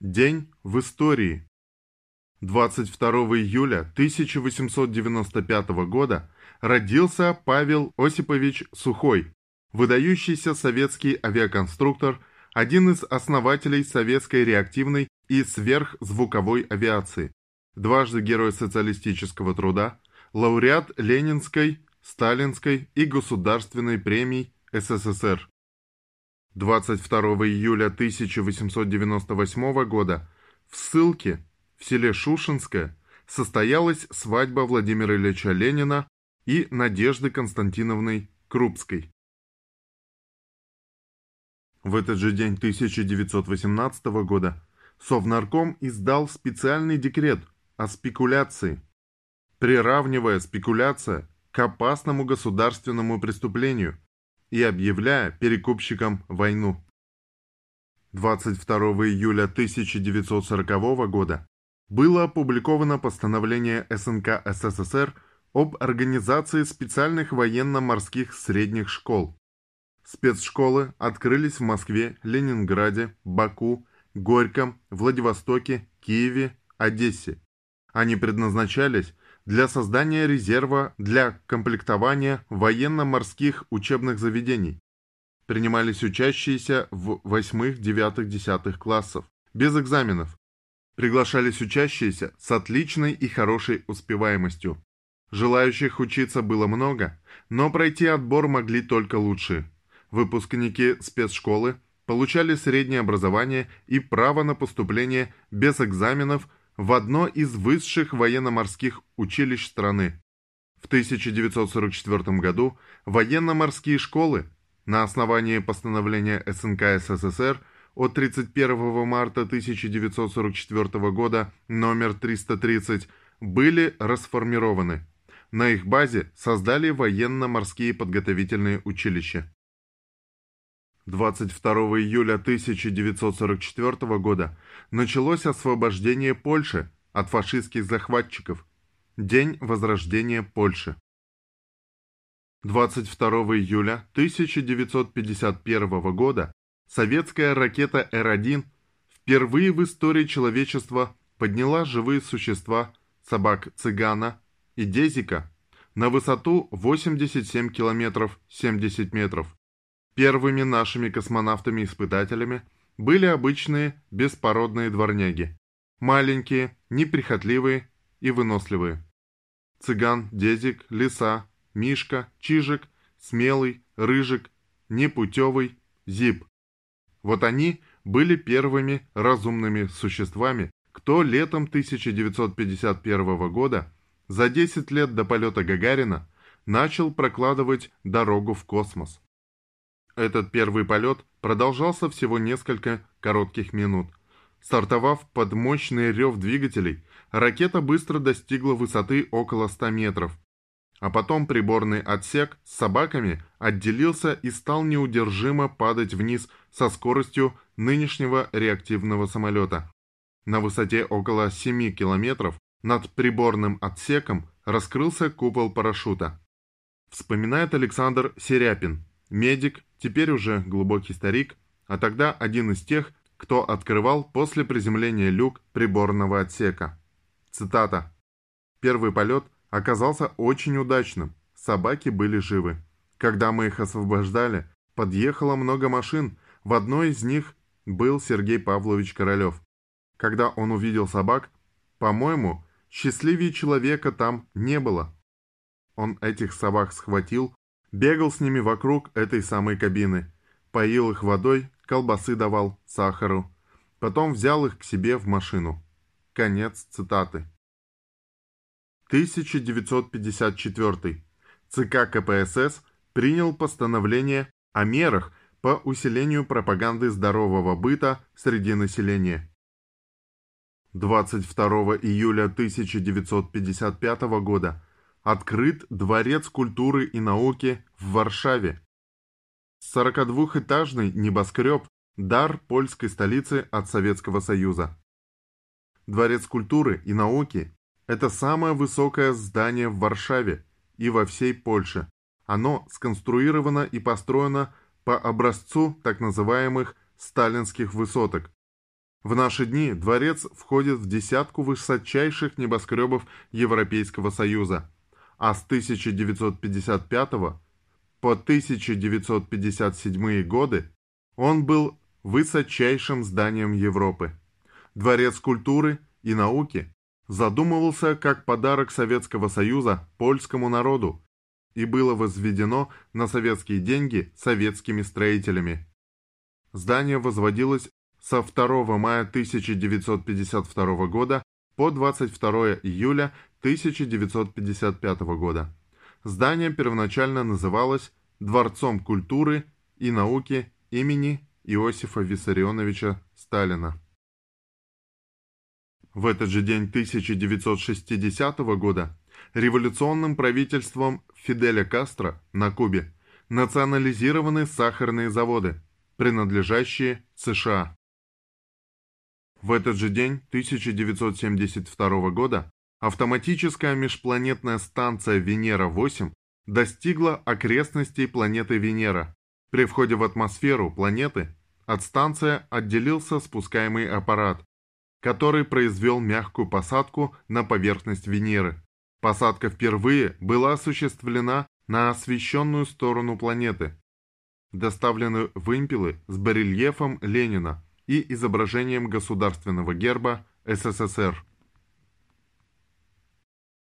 День в истории. 22 июля 1895 года родился Павел Осипович Сухой, выдающийся советский авиаконструктор, один из основателей советской реактивной и сверхзвуковой авиации, дважды Герой социалистического труда, лауреат Ленинской, Сталинской и Государственной премий СССР. 22 июля 1898 года в ссылке в селе Шушенское состоялась свадьба Владимира Ильича Ленина и Надежды Константиновны Крупской. В этот же день 1918 года Совнарком издал специальный декрет о спекуляции, приравнивая спекуляция к опасному государственному преступлению и объявляя перекупщикам войну. 22 июля 1940 года было опубликовано постановление СНК СССР об организации специальных военно-морских средних школ. Спецшколы открылись в Москве, Ленинграде, Баку, Горьком, Владивостоке, Киеве, Одессе. Они предназначались для создания резерва для комплектования военно-морских учебных заведений. Принимались учащиеся в 8, 9, 10 классов, без экзаменов. Приглашались учащиеся с отличной и хорошей успеваемостью. Желающих учиться было много, но пройти отбор могли только лучшие. Выпускники спецшколы получали среднее образование и право на поступление без экзаменов в одно из высших военно-морских училищ страны. В 1944 году военно-морские школы на основании постановления СНК СССР от 31 марта 1944 года номер 330 были расформированы. На их базе создали военно-морские подготовительные училища. 22 июля 1944 года началось освобождение Польши от фашистских захватчиков. День возрождения Польши. 22 июля 1951 года советская ракета Р-1 впервые в истории человечества подняла живые существа, собак-цыгана и дезика, на высоту 87 километров 70 метров. Первыми нашими космонавтами-испытателями были обычные беспородные дворняги. Маленькие, неприхотливые и выносливые. Цыган, дезик, лиса, мишка, чижик, смелый, рыжик, непутевый, зип. Вот они были первыми разумными существами, кто летом 1951 года, за 10 лет до полета Гагарина, начал прокладывать дорогу в космос. Этот первый полет продолжался всего несколько коротких минут. Стартовав под мощный рев двигателей, ракета быстро достигла высоты около 100 метров. А потом приборный отсек с собаками отделился и стал неудержимо падать вниз со скоростью нынешнего реактивного самолета. На высоте около 7 километров над приборным отсеком раскрылся купол парашюта. Вспоминает Александр Серяпин, медик, теперь уже глубокий старик, а тогда один из тех, кто открывал после приземления люк приборного отсека. Цитата. «Первый полет оказался очень удачным, собаки были живы. Когда мы их освобождали, подъехало много машин, в одной из них был Сергей Павлович Королев. Когда он увидел собак, по-моему, счастливее человека там не было. Он этих собак схватил, бегал с ними вокруг этой самой кабины, поил их водой, колбасы давал, сахару. Потом взял их к себе в машину». Конец цитаты. 1954. ЦК КПСС принял постановление о мерах по усилению пропаганды здорового быта среди населения. 22 июля 1955 года открыт Дворец культуры и науки в Варшаве. 42-этажный небоскреб – дар польской столицы от Советского Союза. Дворец культуры и науки – это самое высокое здание в Варшаве и во всей Польше. Оно сконструировано и построено по образцу так называемых сталинских высоток. В наши дни дворец входит в десятку высочайших небоскребов Европейского Союза, а с 1955 по 1957 годы он был высочайшим зданием Европы. Дворец культуры и науки задумывался как подарок Советского Союза польскому народу и было возведено на советские деньги советскими строителями. Здание возводилось со 2 мая 1952 года по 22 июля 1955 года. Здание первоначально называлось Дворцом культуры и науки имени Иосифа Виссарионовича Сталина. В этот же день 1960 года революционным правительством Фиделя Кастро на Кубе национализированы сахарные заводы, принадлежащие США. В этот же день 1972 года автоматическая межпланетная станция Венера-8 достигла окрестностей планеты Венера. При входе в атмосферу планеты от станции отделился спускаемый аппарат, который произвел мягкую посадку на поверхность Венеры. Посадка впервые была осуществлена на освещенную сторону планеты. Доставлены вымпелы с барельефом Ленина и изображением государственного герба СССР.